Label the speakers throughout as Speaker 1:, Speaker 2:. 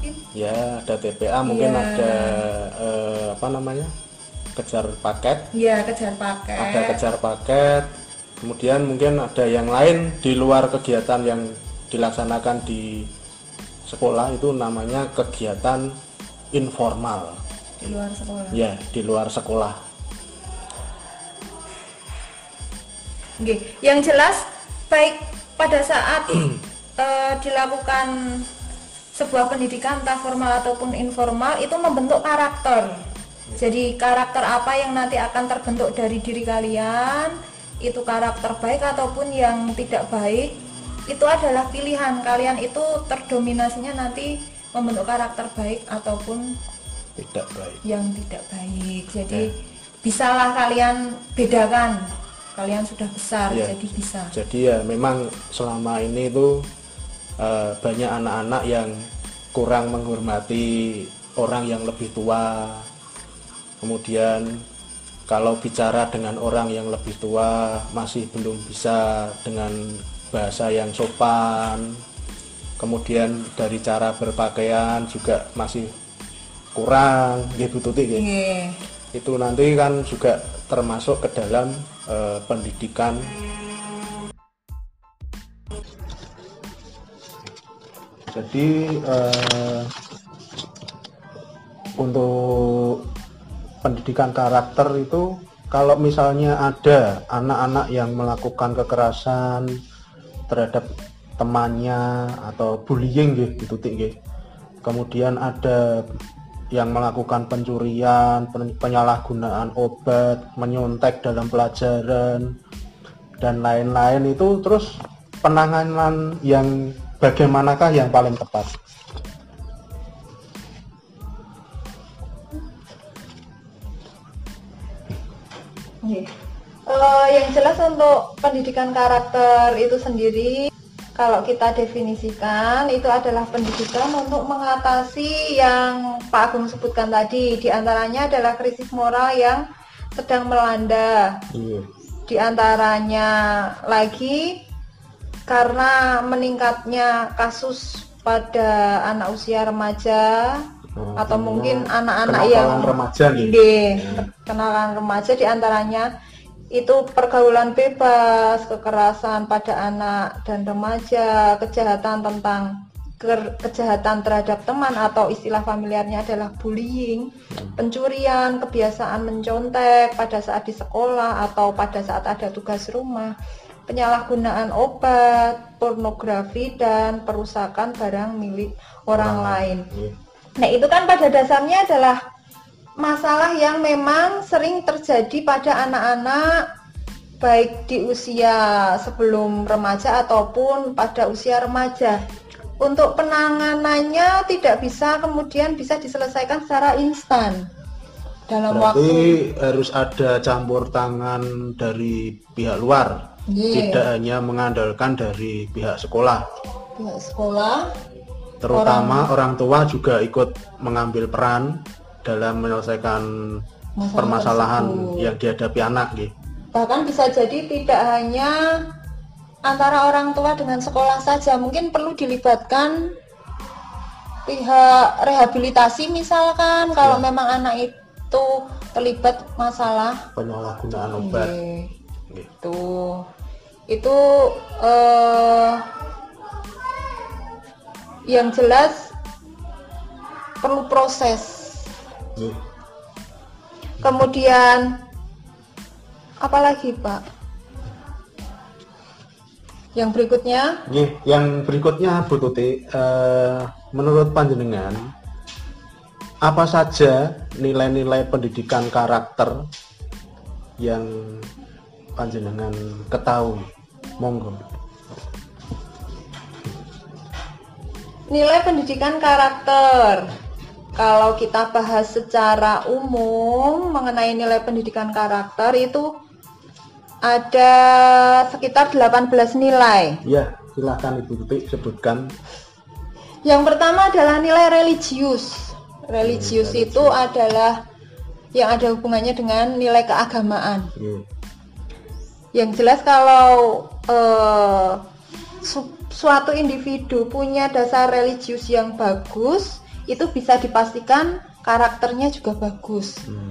Speaker 1: mungkin?
Speaker 2: Ya, ada TPA, mungkin
Speaker 1: Iya.
Speaker 2: ada apa namanya? Kejar paket.
Speaker 1: Iya, kejar paket.
Speaker 2: Ada kejar paket. Kemudian mungkin ada yang lain di luar kegiatan yang dilaksanakan di sekolah, itu namanya kegiatan informal.
Speaker 1: Di luar sekolah.
Speaker 2: Ya, di luar sekolah.
Speaker 1: Oke, yang jelas baik pada saat dilakukan sebuah pendidikan entah formal ataupun informal itu membentuk karakter. Jadi karakter apa yang nanti akan terbentuk dari diri kalian, itu karakter baik ataupun yang tidak baik, itu adalah pilihan kalian, itu terdominasinya nanti membentuk karakter baik ataupun
Speaker 2: Tidak baik.
Speaker 1: yang tidak baik. Jadi bisalah kalian bedakan. Kalian sudah besar,
Speaker 2: Ya.
Speaker 1: jadi bisa.
Speaker 2: Jadi ya memang selama ini itu banyak anak-anak yang kurang menghormati orang yang lebih tua. Kemudian kalau bicara dengan orang yang lebih tua masih belum bisa dengan bahasa yang sopan. Kemudian dari cara berpakaian juga masih kurang, nggih Bu Tuti nggih.
Speaker 1: Nggih.
Speaker 2: Itu nanti kan juga termasuk ke dalam pendidikan. Jadi untuk pendidikan karakter itu, kalau misalnya ada anak-anak yang melakukan kekerasan terhadap temannya atau bullying gitu nggih. Kemudian ada yang melakukan pencurian, penyalahgunaan obat, menyontek dalam pelajaran dan lain-lain, itu terus penanganan yang bagaimanakah yang paling tepat?
Speaker 1: Yang jelas untuk pendidikan karakter itu sendiri, kalau kita definisikan, itu adalah pendidikan untuk mengatasi yang Pak Agung sebutkan tadi. Di antaranya adalah krisis moral yang sedang melanda. Di antaranya lagi karena meningkatnya kasus pada anak usia remaja, atau mungkin anak-anak yang
Speaker 2: remaja
Speaker 1: kenakalan remaja, di antaranya itu pergaulan bebas, kekerasan pada anak dan remaja, kejahatan terhadap teman atau istilah familiarnya adalah bullying, pencurian, kebiasaan mencontek pada saat di sekolah atau pada saat ada tugas rumah, penyalahgunaan obat, pornografi, dan perusakan barang milik orang lain. Nah, itu kan pada dasarnya adalah masalah yang memang sering terjadi pada anak-anak baik di usia sebelum remaja ataupun pada usia remaja. Untuk penanganannya tidak bisa kemudian bisa diselesaikan secara instan dalam
Speaker 2: Berarti harus ada campur tangan dari pihak luar, tidak hanya mengandalkan dari pihak sekolah.
Speaker 1: Pihak sekolah,
Speaker 2: terutama orang tua juga ikut mengambil peran dalam menyelesaikan permasalahan yang dihadapi anak gitu.
Speaker 1: Bahkan bisa jadi tidak hanya antara orang tua dengan sekolah saja, mungkin perlu dilibatkan pihak rehabilitasi misalkan kalau memang anak itu terlibat masalah
Speaker 2: penyalahgunaan obat.
Speaker 1: Itu yang jelas perlu proses. Kemudian apalagi Pak? Yang berikutnya?
Speaker 2: Yang berikutnya Bu Tuti, menurut panjenengan apa saja nilai-nilai pendidikan karakter yang panjenengan ketahui? Monggo.
Speaker 1: Nilai pendidikan karakter. Kalau kita bahas secara umum mengenai nilai pendidikan karakter itu ada sekitar 18 nilai.
Speaker 2: Ya, silakan Ibu Tuti sebutkan.
Speaker 1: Yang pertama adalah nilai religius. Religius itu adalah yang ada hubungannya dengan nilai keagamaan. Yang jelas kalau suatu individu punya dasar religius yang bagus, itu bisa dipastikan karakternya juga bagus.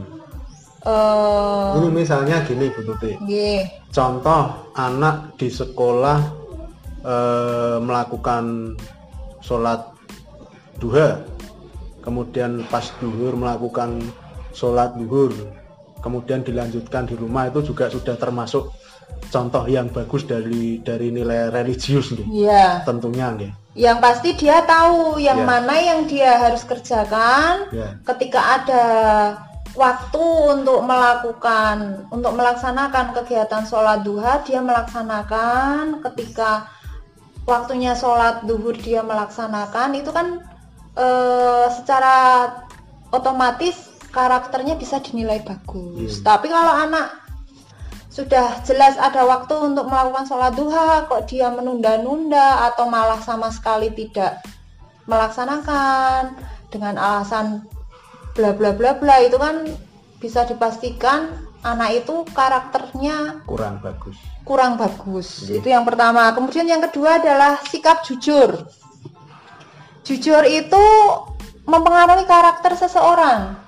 Speaker 2: Ini misalnya gini Bu Tuti, contoh anak di sekolah melakukan sholat duha, kemudian pas duhur melakukan sholat duhur, kemudian dilanjutkan di rumah, itu juga sudah termasuk contoh yang bagus dari nilai religius nih. Tentunya nih.
Speaker 1: Yang pasti dia tahu yang mana yang dia harus kerjakan ketika ada waktu untuk melaksanakan kegiatan sholat duha, dia melaksanakan. Ketika waktunya sholat duhur dia melaksanakan, itu kan secara otomatis karakternya bisa dinilai bagus. Tapi kalau anak sudah jelas ada waktu untuk melakukan sholat duha, kok dia menunda-nunda atau malah sama sekali tidak melaksanakan dengan alasan bla bla bla bla, itu kan bisa dipastikan anak itu karakternya kurang bagus. Itu yang pertama. Kemudian yang kedua adalah sikap jujur. Jujur itu mempengaruhi karakter seorang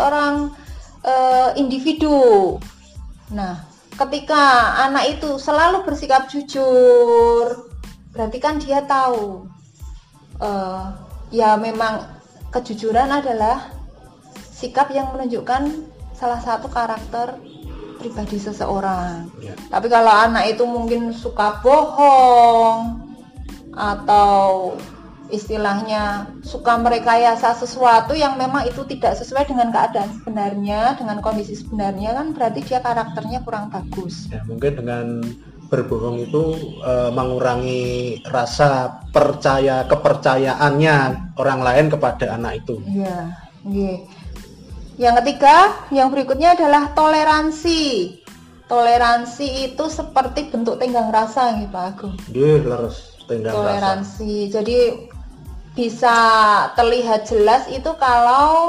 Speaker 1: individu. Nah, ketika anak itu selalu bersikap jujur, berarti kan dia tahu ya memang kejujuran adalah sikap yang menunjukkan salah satu karakter pribadi seseorang. Tapi kalau anak itu mungkin suka bohong atau istilahnya suka merekayasa sesuatu yang memang itu tidak sesuai dengan keadaan sebenarnya, dengan kondisi sebenarnya, kan berarti dia karakternya kurang bagus.
Speaker 2: Ya, mungkin dengan berbohong itu mengurangi rasa kepercayaannya orang lain kepada anak itu.
Speaker 1: Yang ketiga, yang berikutnya adalah toleransi. Toleransi itu seperti bentuk tenggang rasa nih Pak Agung. Toleransi. Rasa. Jadi bisa terlihat jelas itu kalau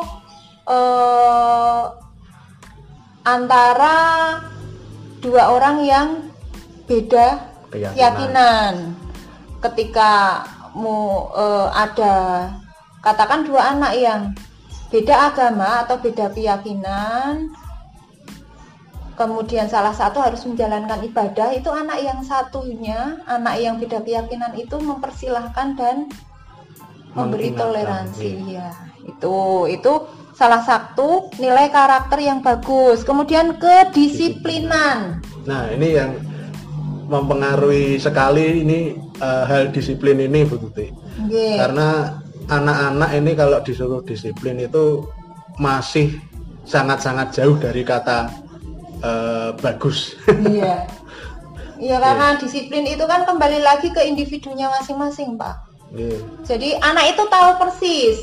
Speaker 1: antara dua orang yang beda keyakinan. Ketika ada katakan dua anak yang beda agama atau beda keyakinan, kemudian salah satu harus menjalankan ibadah, itu anak yang satunya, anak yang beda keyakinan itu mempersilahkan dan memberi toleransi. Itu salah satu nilai karakter yang bagus. Kemudian kedisiplinan.
Speaker 2: Nah, ini yang mempengaruhi sekali ini hal disiplin ini Bu Tuti. Karena anak-anak ini kalau disuruh disiplin itu masih sangat-sangat jauh dari kata bagus.
Speaker 1: Karena disiplin itu kan kembali lagi ke individunya masing-masing Pak. Jadi anak itu tahu persis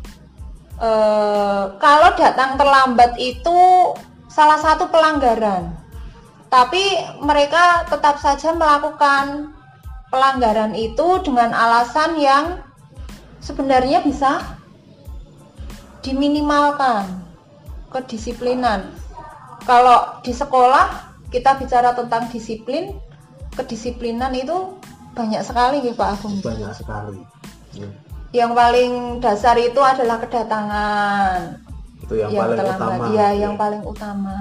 Speaker 1: kalau datang terlambat itu salah satu pelanggaran, tapi mereka tetap saja melakukan pelanggaran itu dengan alasan yang sebenarnya bisa diminimalkan. Kedisiplinan, kalau di sekolah kita bicara tentang disiplin, kedisiplinan itu banyak sekali ya Pak Agung.
Speaker 2: Banyak sekali.
Speaker 1: Yang paling dasar itu adalah kedatangan.
Speaker 2: Itu yang paling
Speaker 1: terlambat.
Speaker 2: utama.
Speaker 1: Yang paling utama.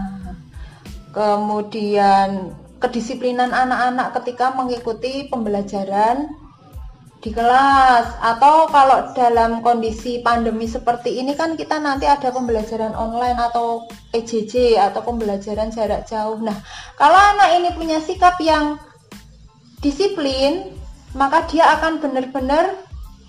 Speaker 1: Kemudian kedisiplinan anak-anak ketika mengikuti pembelajaran di kelas, atau kalau dalam kondisi pandemi seperti ini kan kita nanti ada pembelajaran online atau PJJ atau pembelajaran jarak jauh. Nah, kalau anak ini punya sikap yang disiplin, maka dia akan benar-benar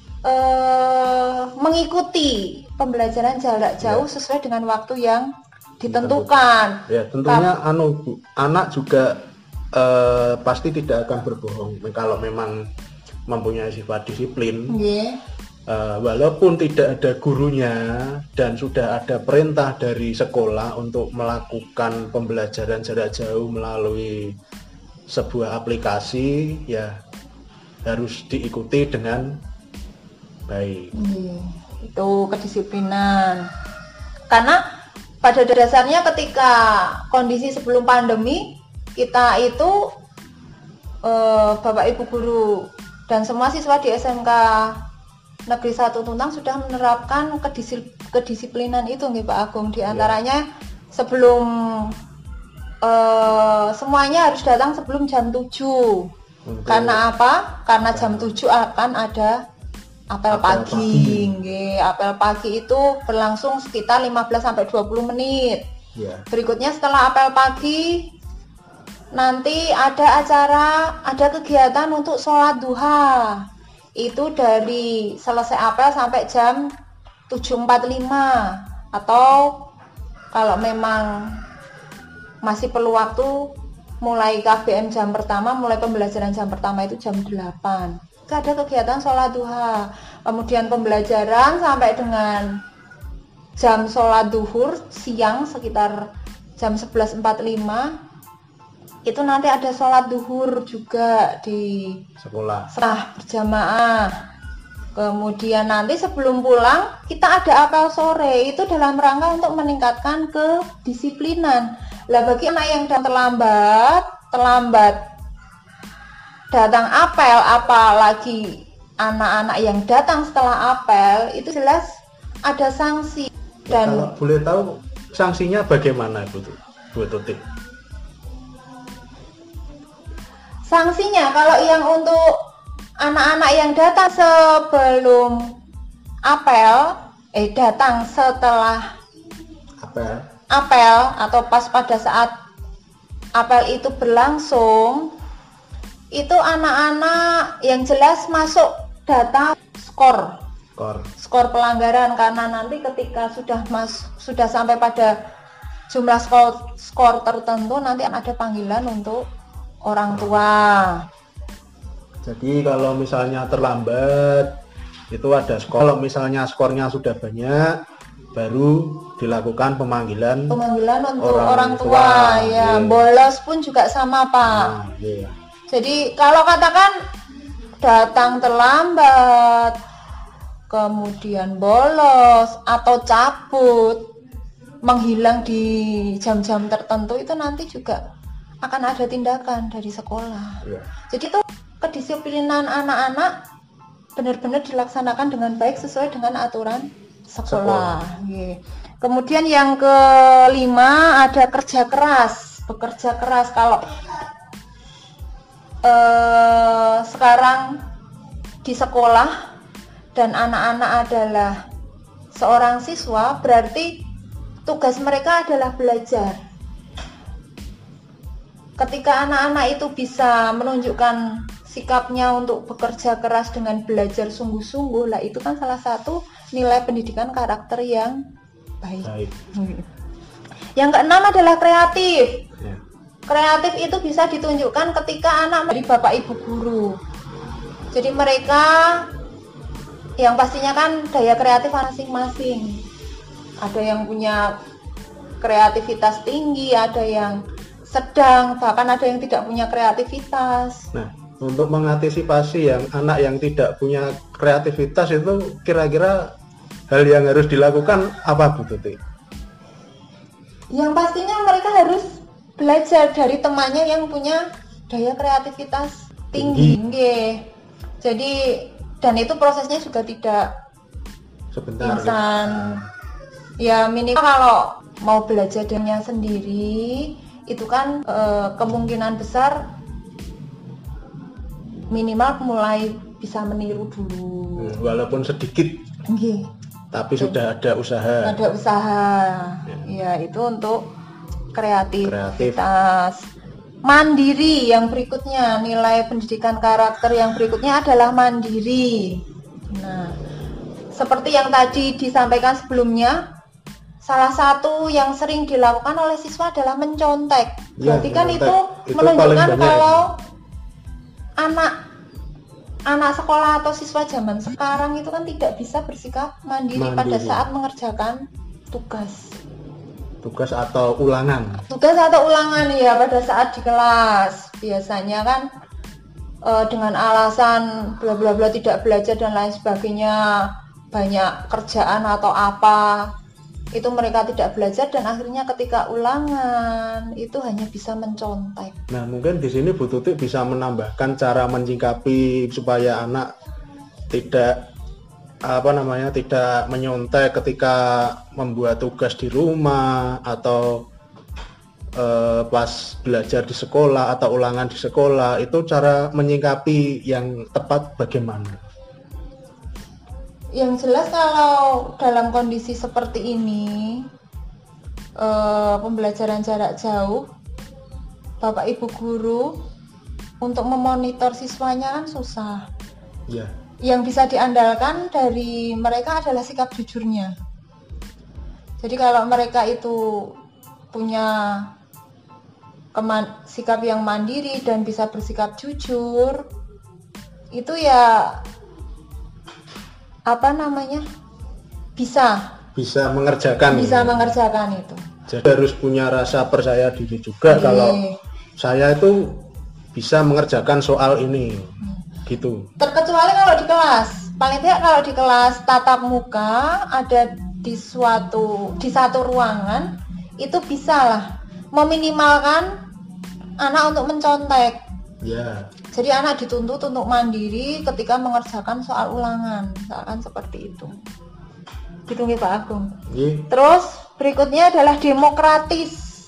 Speaker 1: mengikuti pembelajaran jarak jauh sesuai dengan waktu yang ditentukan.
Speaker 2: Ya, tentunya anak juga pasti tidak akan berbohong kalau memang mempunyai sifat disiplin. Walaupun tidak ada gurunya dan sudah ada perintah dari sekolah untuk melakukan pembelajaran jarak jauh melalui sebuah aplikasi, ya harus diikuti dengan baik.
Speaker 1: Itu kedisiplinan. Karena pada dasarnya ketika kondisi sebelum pandemi, kita itu Bapak Ibu guru dan semua siswa di SMK Negeri 1 Tuntang sudah menerapkan kedisiplinan itu nggih Pak Agung, diantaranya sebelum semuanya harus datang sebelum jam 7. Karena apa? Karena jam 7 akan ada apel pagi. Nggih, apel pagi itu berlangsung sekitar 15 sampai 20 menit. Berikutnya setelah apel pagi nanti ada kegiatan untuk sholat duha. Itu dari selesai apel sampai jam 7.45, atau kalau memang masih perlu waktu, mulai KBM jam pertama, mulai pembelajaran jam pertama itu jam 8. Ada kegiatan sholat duha, kemudian pembelajaran sampai dengan jam sholat duhur siang sekitar jam 11.45. Itu nanti ada sholat duhur juga di
Speaker 2: sekolah
Speaker 1: berjamaah. Kemudian nanti sebelum pulang kita ada apel sore, itu dalam rangka untuk meningkatkan kedisiplinan. Lah bagi anak yang terlambat datang apel, apalagi anak-anak yang datang setelah apel, itu jelas ada sanksi. Dan
Speaker 2: kalau boleh tahu sanksinya bagaimana Bu Tuti?
Speaker 1: Sanksinya kalau yang untuk anak-anak yang datang sebelum apel, datang setelah apel atau pas pada saat apel itu berlangsung, itu anak-anak yang jelas masuk data skor pelanggaran, karena nanti ketika sudah sampai pada jumlah skor tertentu nanti ada panggilan untuk orang tua.
Speaker 2: Jadi kalau misalnya terlambat itu ada skor. Kalau misalnya skornya sudah banyak, baru dilakukan pemanggilan
Speaker 1: untuk orang tua. Ya, bolos pun juga sama Pak. Jadi kalau katakan datang terlambat, kemudian bolos atau cabut, menghilang di jam-jam tertentu, itu nanti juga akan ada tindakan dari sekolah. Jadi itu kedisiplinan anak-anak benar-benar dilaksanakan dengan baik sesuai dengan aturan sekolah. Kemudian yang kelima ada kerja keras. Bekerja keras, kalau sekarang di sekolah dan anak-anak adalah seorang siswa, berarti tugas mereka adalah belajar. Ketika anak-anak itu bisa menunjukkan sikapnya untuk bekerja keras dengan belajar sungguh-sungguh, lah itu kan salah satu nilai pendidikan karakter yang baik. Yang keenam adalah kreatif. Kreatif itu bisa ditunjukkan ketika anak dari bapak ibu guru. Jadi mereka yang pastinya kan daya kreatif masing-masing. Ada yang punya kreativitas tinggi, ada yang sedang, bahkan ada yang tidak punya kreativitas.
Speaker 2: Nah, untuk mengantisipasi yang anak yang tidak punya kreativitas itu kira-kira hal yang harus dilakukan apa Bu Tuti?
Speaker 1: Yang pastinya mereka harus belajar dari temannya yang punya daya kreativitas tinggi. Jadi, dan itu prosesnya juga tidak instan. Ya minimal kalau mau belajar dengannya sendiri, itu kan kemungkinan besar minimal mulai bisa meniru dulu.
Speaker 2: Walaupun sedikit. Tapi sudah ada usaha. Ya, itu untuk kreativitas. Mandiri yang berikutnya, nilai pendidikan karakter yang berikutnya adalah mandiri. Nah, seperti yang tadi disampaikan sebelumnya, salah satu yang sering dilakukan oleh siswa adalah mencontek. Berarti kan itu menunjukkan kalau anak sekolah atau siswa zaman sekarang itu kan tidak bisa bersikap mandiri pada saat mengerjakan tugas atau ulangan
Speaker 1: ya pada saat di kelas. Biasanya kan dengan alasan bla bla bla tidak belajar dan lain sebagainya, banyak kerjaan atau apa, itu mereka tidak belajar dan akhirnya ketika ulangan itu hanya bisa mencontek.
Speaker 2: Nah, mungkin di sini Bu Tuti bisa menambahkan cara menyikapi supaya anak tidak tidak menyontek ketika membuat tugas di rumah atau pas belajar di sekolah atau ulangan di sekolah, itu cara menyikapi yang tepat bagaimana?
Speaker 1: Yang jelas kalau dalam kondisi seperti ini, pembelajaran jarak jauh, Bapak Ibu guru untuk memonitor siswanya kan susah.
Speaker 2: Ya.
Speaker 1: Yang bisa diandalkan dari mereka adalah sikap jujurnya. Jadi kalau mereka itu punya sikap yang mandiri dan bisa bersikap jujur, itu ya bisa mengerjakan itu.
Speaker 2: Jadi harus punya rasa percaya diri juga kalau saya itu bisa mengerjakan soal ini. Gitu.
Speaker 1: Terkecuali kalau di kelas, paling tidak kalau di kelas tatap muka ada di satu ruangan, itu bisa lah meminimalkan anak untuk mencontek.
Speaker 2: Ya.
Speaker 1: Jadi anak dituntut untuk mandiri ketika mengerjakan soal ulangan, misalkan seperti itu. Gitu nggih Pak Agung.
Speaker 2: Nggih.
Speaker 1: Terus berikutnya adalah demokratis.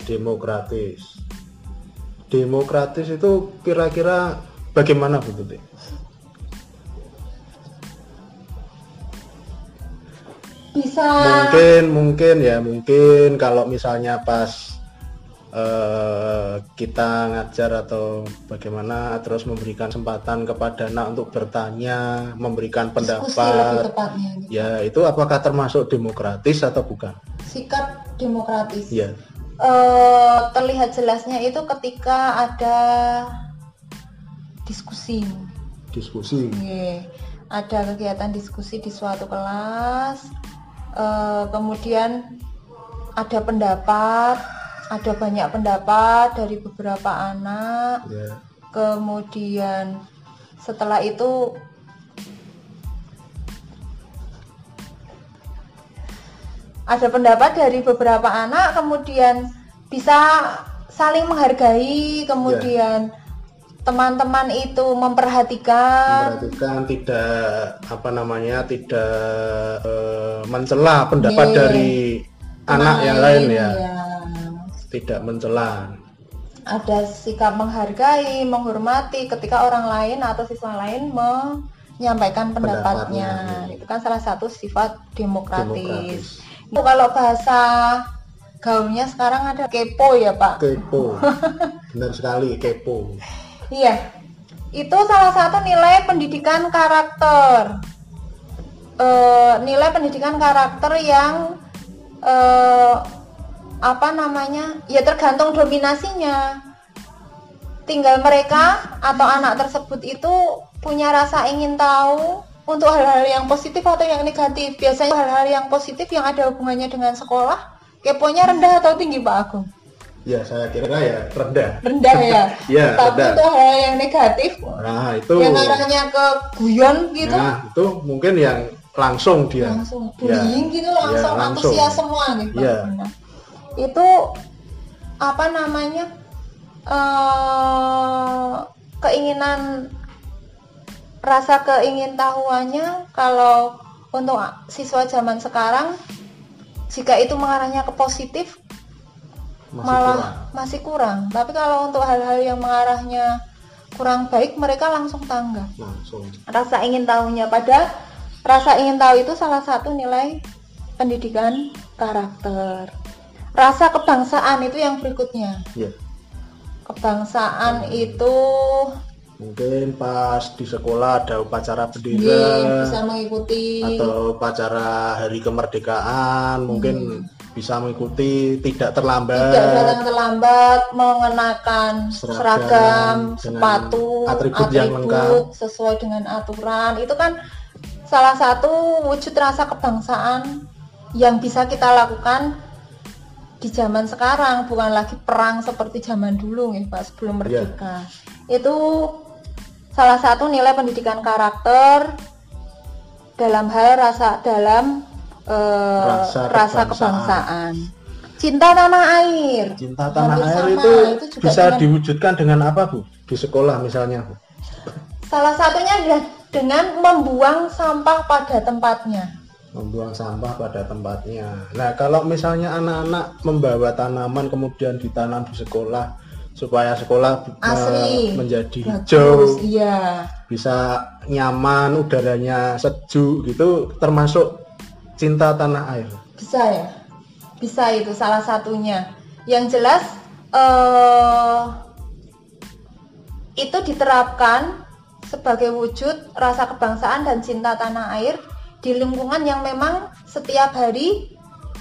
Speaker 2: Demokratis itu kira-kira bagaimana Bu Tuti?
Speaker 1: Bisa
Speaker 2: mungkin kalau misalnya pas kita ngajar atau bagaimana, terus memberikan kesempatan kepada anak untuk bertanya, memberikan pendapat,
Speaker 1: tepatnya, gitu.
Speaker 2: Ya itu apakah termasuk demokratis atau bukan?
Speaker 1: Sikap demokratis.
Speaker 2: Ya.
Speaker 1: Terlihat jelasnya itu ketika ada diskusi. Ada kegiatan diskusi di suatu kelas, kemudian ada banyak pendapat dari beberapa anak. Kemudian setelah itu ada pendapat dari beberapa anak, kemudian bisa saling menghargai, kemudian teman-teman itu memperhatikan
Speaker 2: tidak mencela pendapat dari anak yang lain ya. Tidak mencela.
Speaker 1: Ada sikap menghargai, menghormati ketika orang lain atau siswa lain menyampaikan pendapatnya. Itu kan salah satu sifat demokratis. Itu kalau bahasa gaulnya sekarang ada kepo ya Pak.
Speaker 2: Kepo. Benar sekali, kepo.
Speaker 1: Iya. Itu salah satu nilai pendidikan karakter. Nilai pendidikan karakter yang ya tergantung dominasinya. Tinggal mereka atau anak tersebut itu punya rasa ingin tahu untuk hal-hal yang positif atau yang negatif. Biasanya hal-hal yang positif yang ada hubungannya dengan sekolah, keponya rendah atau tinggi Pak Agung?
Speaker 2: Ya saya kira ya rendah.
Speaker 1: Rendah ya.
Speaker 2: Ya,
Speaker 1: tapi
Speaker 2: rendah.
Speaker 1: Untuk hal yang negatif,
Speaker 2: itu
Speaker 1: yang arahnya ke guyon gitu.
Speaker 2: Nah, itu mungkin yang langsung
Speaker 1: bullying gitu, langsung antusias semua gitu.
Speaker 2: Ya.
Speaker 1: Itu rasa keingintahuannya kalau untuk siswa zaman sekarang, jika itu mengarahnya ke positif masih kurang. Tapi kalau untuk hal-hal yang mengarahnya kurang baik, mereka langsung tanggap. Rasa ingin tahunya, padahal rasa ingin tahu itu salah satu nilai pendidikan karakter. Rasa kebangsaan itu yang berikutnya. Kebangsaan itu
Speaker 2: mungkin pas di sekolah ada upacara bendera,
Speaker 1: bisa mengikuti,
Speaker 2: atau upacara hari kemerdekaan, mungkin bisa mengikuti, tidak datang
Speaker 1: terlambat, mengenakan seragam, sepatu,
Speaker 2: atribut yang lengkap
Speaker 1: sesuai dengan aturan. Itu kan salah satu wujud rasa kebangsaan yang bisa kita lakukan di zaman sekarang, bukan lagi perang seperti zaman dulu ya Pak, sebelum merdeka. Itu salah satu nilai pendidikan karakter dalam hal rasa kebangsaan. Cinta tanah air.
Speaker 2: Cinta tanah air itu bisa diwujudkan dengan apa Bu? Di sekolah misalnya Bu?
Speaker 1: Salah satunya adalah dengan membuang sampah pada tempatnya.
Speaker 2: Membuang sampah pada tempatnya. Nah, kalau misalnya anak-anak membawa tanaman kemudian ditanam di sekolah supaya sekolah
Speaker 1: Asri,
Speaker 2: menjadi
Speaker 1: bagus,
Speaker 2: hijau,
Speaker 1: iya.
Speaker 2: bisa nyaman, udaranya sejuk gitu, termasuk cinta tanah air.
Speaker 1: Bisa ya? Bisa, itu salah satunya. Yang jelas itu diterapkan sebagai wujud rasa kebangsaan dan cinta tanah air di lingkungan yang memang setiap hari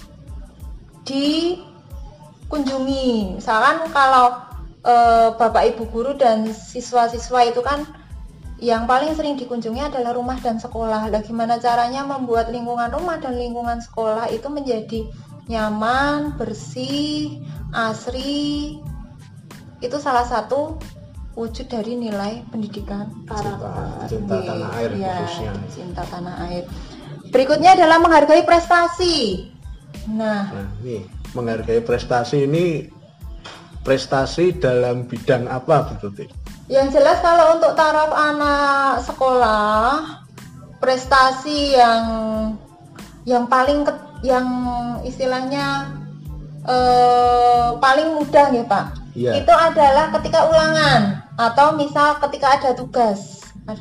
Speaker 1: dikunjungi. Misalkan kalau Bapak Ibu guru dan siswa-siswa itu kan yang paling sering dikunjungi adalah rumah dan sekolah. Lah gimana caranya membuat lingkungan rumah dan lingkungan sekolah itu menjadi nyaman, bersih, asri. Itu salah satu wujud dari nilai pendidikan karakter.
Speaker 2: Cinta tanah air
Speaker 1: ya,
Speaker 2: khususnya.
Speaker 1: Cinta tanah air. Berikutnya adalah menghargai prestasi. Nah,
Speaker 2: nih, menghargai prestasi ini prestasi dalam bidang apa betul?
Speaker 1: Yang jelas kalau untuk taraf anak sekolah, prestasi yang paling yang istilahnya paling mudah ya Pak.
Speaker 2: Ya.
Speaker 1: Itu adalah ketika ulangan atau misal ketika ada tugas,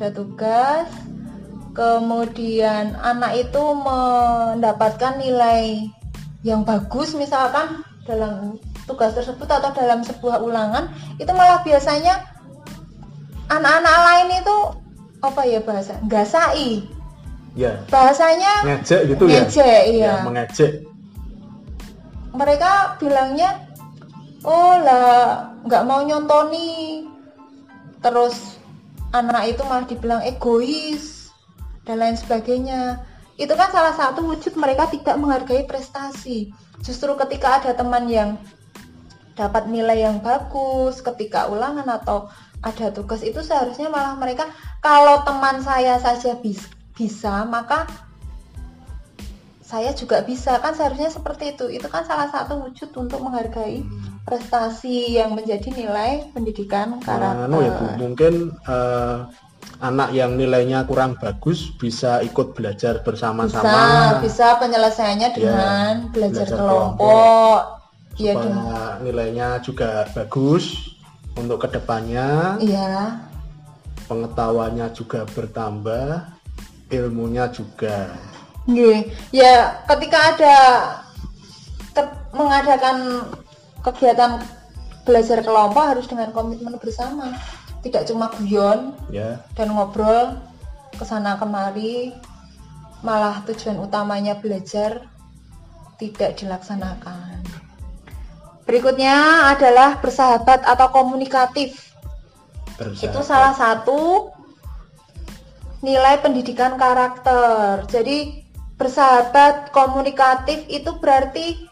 Speaker 1: kemudian anak itu mendapatkan nilai yang bagus misalkan dalam tugas tersebut atau dalam sebuah ulangan, itu malah biasanya anak-anak lain itu apa ya bahasa? Gasai.
Speaker 2: Ya.
Speaker 1: Bahasanya
Speaker 2: ngejek gitu ya.
Speaker 1: Ngejek, iya.
Speaker 2: Ya, mengejek.
Speaker 1: Mereka bilangnya, oh lah nggak mau nyontoni, terus anak itu malah dibilang egois dan lain sebagainya. Itu kan salah satu wujud mereka tidak menghargai prestasi. Justru ketika ada teman yang dapat nilai yang bagus ketika ulangan atau ada tugas, itu seharusnya malah mereka, kalau teman saya saja bisa, maka saya juga bisa, kan seharusnya seperti itu. Itu kan salah satu wujud untuk menghargai prestasi yang menjadi nilai pendidikan karakter.
Speaker 2: Ya Bu, mungkin anak yang nilainya kurang bagus bisa ikut belajar bersama-sama.
Speaker 1: Bisa penyelesaiannya dengan belajar kelompok.
Speaker 2: Supaya nilainya juga bagus untuk kedepannya.
Speaker 1: Iya.
Speaker 2: Pengetahuannya juga bertambah, ilmunya juga.
Speaker 1: Ya, ketika ada mengadakan kegiatan belajar kelompok harus dengan komitmen bersama, tidak cuma guyon dan ngobrol kesana kemari, malah tujuan utamanya belajar tidak dilaksanakan. Berikutnya adalah bersahabat atau komunikatif. Itu salah satu nilai pendidikan karakter. Jadi bersahabat, komunikatif itu berarti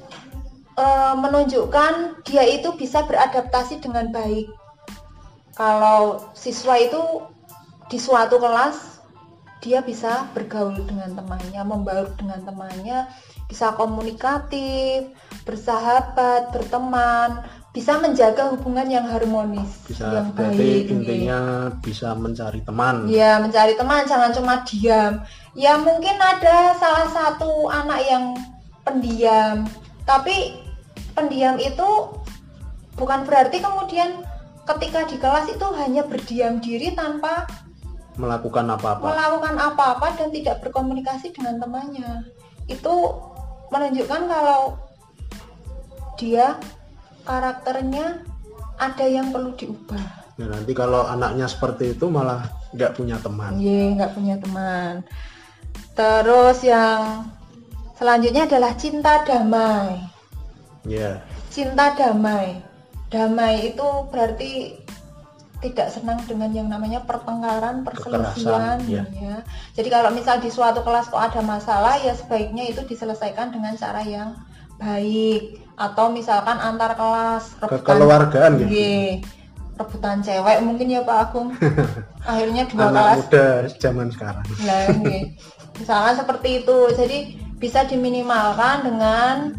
Speaker 1: menunjukkan dia itu bisa beradaptasi dengan baik. Kalau siswa itu di suatu kelas, dia bisa bergaul dengan temannya, membaur dengan temannya, bisa komunikatif, bersahabat, berteman, bisa menjaga hubungan yang harmonis, yang baik.
Speaker 2: Intinya bisa mencari teman.
Speaker 1: Ya, mencari teman, jangan cuma diam. Ya mungkin ada salah satu anak yang pendiam, tapi pendiam itu bukan berarti kemudian ketika di kelas itu hanya berdiam diri tanpa
Speaker 2: melakukan apa-apa
Speaker 1: dan tidak berkomunikasi dengan temannya. Itu menunjukkan kalau dia karakternya ada yang perlu diubah.
Speaker 2: Nah, nanti kalau anaknya seperti itu malah nggak punya teman.
Speaker 1: Iya, nggak punya teman. Terus yang selanjutnya adalah cinta damai.
Speaker 2: Ya.
Speaker 1: Cinta damai. Damai itu berarti tidak senang dengan yang namanya pertengkaran, perselisihan. Ya. Jadi kalau misal di suatu kelas kok ada masalah, ya sebaiknya itu diselesaikan dengan cara yang baik. Atau misalkan antar kelas,
Speaker 2: kekeluargaan gitu.
Speaker 1: Rebutan cewek mungkin ya Pak Agung. Akhirnya dua
Speaker 2: anak
Speaker 1: kelas.
Speaker 2: Muda zaman sekarang.
Speaker 1: Nah, misalkan seperti itu. Jadi bisa diminimalkan dengan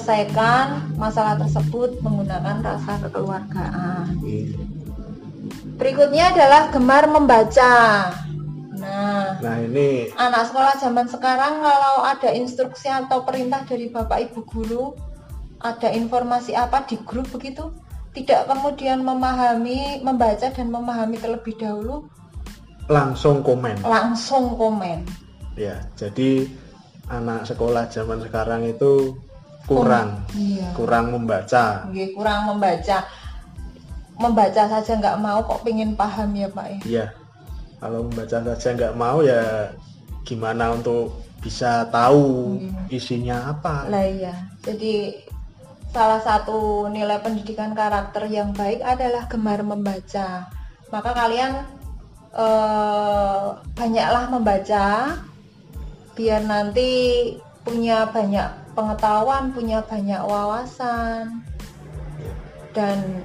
Speaker 1: menyelesaikan masalah tersebut menggunakan rasa kekeluargaan. Berikutnya adalah gemar membaca.
Speaker 2: Nah ini
Speaker 1: Anak sekolah zaman sekarang kalau ada instruksi atau perintah dari Bapak Ibu guru, ada informasi apa di grup begitu, tidak kemudian membaca dan memahami terlebih dahulu,
Speaker 2: langsung komen.
Speaker 1: Ya,
Speaker 2: jadi anak sekolah zaman sekarang itu kurang membaca.
Speaker 1: Kurang membaca. Membaca saja nggak mau kok pengen paham ya Pak ya.
Speaker 2: Iya. Kalau membaca saja nggak mau ya gimana untuk bisa tahu isinya apa.
Speaker 1: Lah iya. Jadi salah satu nilai pendidikan karakter yang baik adalah gemar membaca. Maka kalian banyaklah membaca biar nanti punya banyak pengetahuan, punya banyak wawasan dan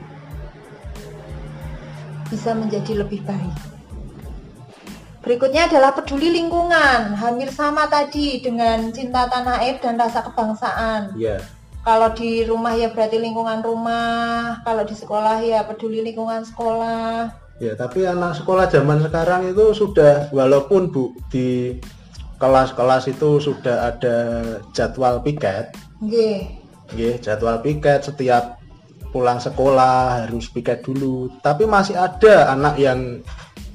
Speaker 1: bisa menjadi lebih baik. Berikutnya adalah peduli lingkungan, hampir sama tadi dengan cinta tanah air dan rasa kebangsaan.
Speaker 2: Yeah.
Speaker 1: Kalau di rumah ya berarti lingkungan rumah, kalau di sekolah ya peduli lingkungan sekolah.
Speaker 2: Ya, tapi anak sekolah zaman sekarang itu sudah, walaupun di kelas-kelas itu sudah ada jadwal piket. Jadwal piket setiap pulang sekolah harus piket dulu. Tapi masih ada anak yang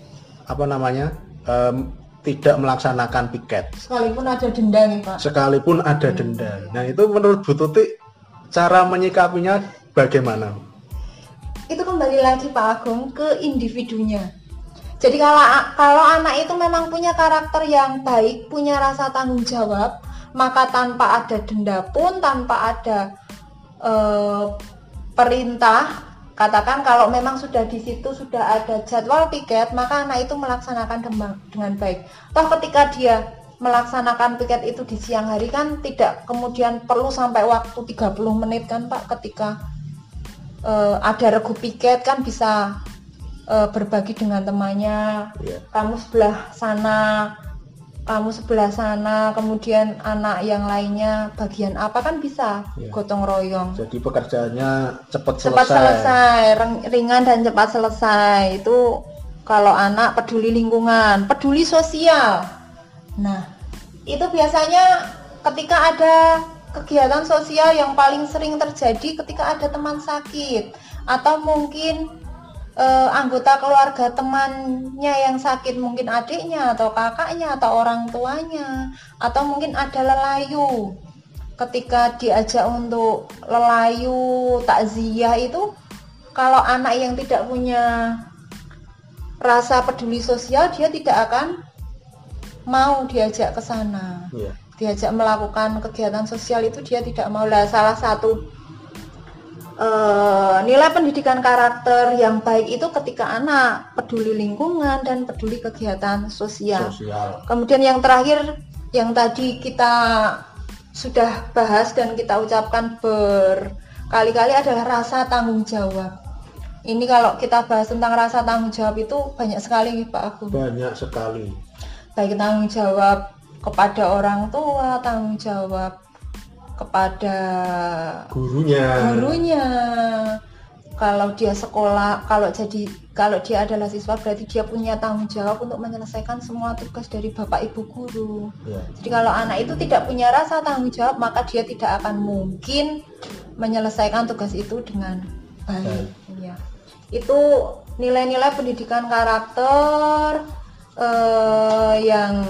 Speaker 2: tidak melaksanakan piket.
Speaker 1: Sekalipun ada denda nih Pak.
Speaker 2: Sekalipun ada denda. Nah itu menurut Bu Tuti cara menyikapinya bagaimana?
Speaker 1: Itu kembali lagi Pak Agung ke individunya. Jadi kalau anak itu memang punya karakter yang baik, punya rasa tanggung jawab, maka tanpa ada denda pun, tanpa ada perintah, katakan kalau memang sudah di situ sudah ada jadwal piket, maka anak itu melaksanakan dengan baik. Toh ketika dia melaksanakan piket itu di siang hari kan tidak kemudian perlu sampai waktu 30 menit kan Pak, ketika ada regu piket kan bisa berbagi dengan temannya. Kamu sebelah sana, kemudian anak yang lainnya bagian apa kan bisa gotong royong.
Speaker 2: Jadi pekerjaannya cepat
Speaker 1: selesai, ringan dan cepat selesai. Itu kalau anak peduli lingkungan, peduli sosial. Nah, itu biasanya ketika ada kegiatan sosial yang paling sering terjadi ketika ada teman sakit atau mungkin anggota keluarga temannya yang sakit, mungkin adiknya atau kakaknya atau orang tuanya, atau mungkin ada lelayu. Ketika diajak untuk lelayu takziah itu, kalau anak yang tidak punya rasa peduli sosial, dia tidak akan mau diajak ke sana. Diajak melakukan kegiatan sosial itu dia tidak mau. Lah salah satu nilai pendidikan karakter yang baik itu ketika anak peduli lingkungan dan peduli kegiatan sosial. Kemudian yang terakhir yang tadi kita sudah bahas dan kita ucapkan berkali-kali adalah rasa tanggung jawab. Ini kalau kita bahas tentang rasa tanggung jawab itu banyak sekali Pak Agung.
Speaker 2: Banyak sekali.
Speaker 1: Baik tanggung jawab kepada orang tua, tanggung jawab kepada gurunya. Kalau dia sekolah, kalau dia adalah siswa berarti dia punya tanggung jawab untuk menyelesaikan semua tugas dari Bapak Ibu guru. Jadi kalau anak itu tidak punya rasa tanggung jawab, maka dia tidak akan mungkin menyelesaikan tugas itu dengan baik. Itu nilai-nilai pendidikan karakter yang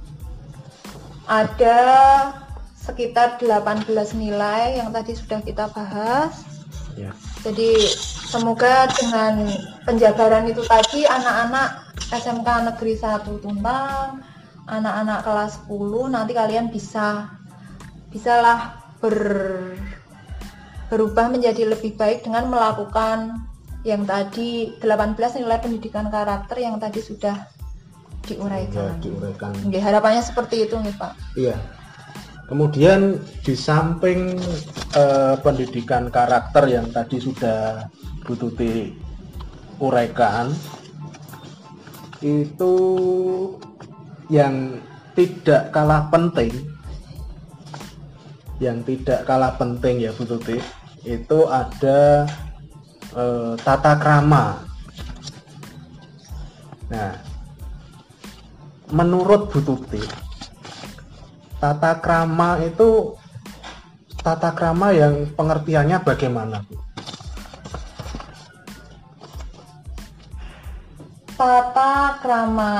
Speaker 1: ada sekitar 18 nilai yang tadi sudah kita bahas. Jadi semoga dengan penjabaran itu tadi anak-anak SMK Negeri 1 Tuntang, anak-anak kelas 10 nanti kalian bisalah berubah menjadi lebih baik dengan melakukan yang tadi 18 nilai pendidikan karakter yang tadi sudah diuraikan. Harapannya seperti itu nih Pak.
Speaker 2: Iya. Kemudian di samping pendidikan karakter yang tadi sudah Bu Tuti uraikan, itu yang tidak kalah penting ya Bu Tuti, itu ada tata krama. Nah, menurut Bu Tuti, tata krama itu tata krama yang pengertiannya bagaimana, Bu?
Speaker 1: Tata krama,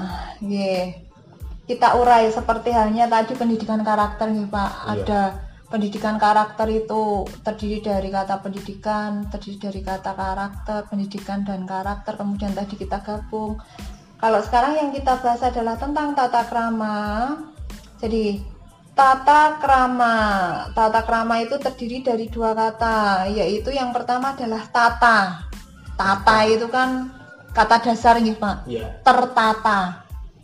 Speaker 1: kita urai seperti halnya tadi pendidikan karakter nih Pak.
Speaker 2: Iya.
Speaker 1: Ada pendidikan karakter itu terdiri dari kata pendidikan, terdiri dari kata karakter, pendidikan dan karakter, kemudian tadi kita gabung. Kalau sekarang yang kita bahas adalah tentang tata krama. Jadi tata krama itu terdiri dari dua kata, yaitu yang pertama adalah tata. Tata itu kan kata dasar nih Pak,
Speaker 2: Iya.
Speaker 1: tertata.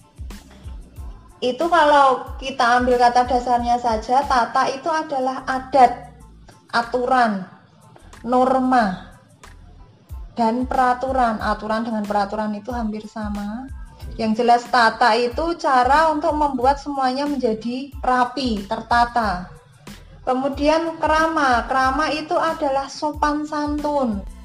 Speaker 1: Itu kalau kita ambil kata dasarnya saja, tata itu adalah adat, aturan, norma, dan peraturan. Aturan dengan peraturan itu hampir sama. Yang jelas tata itu cara untuk membuat semuanya menjadi rapi, tertata. Kemudian krama itu adalah sopan santun.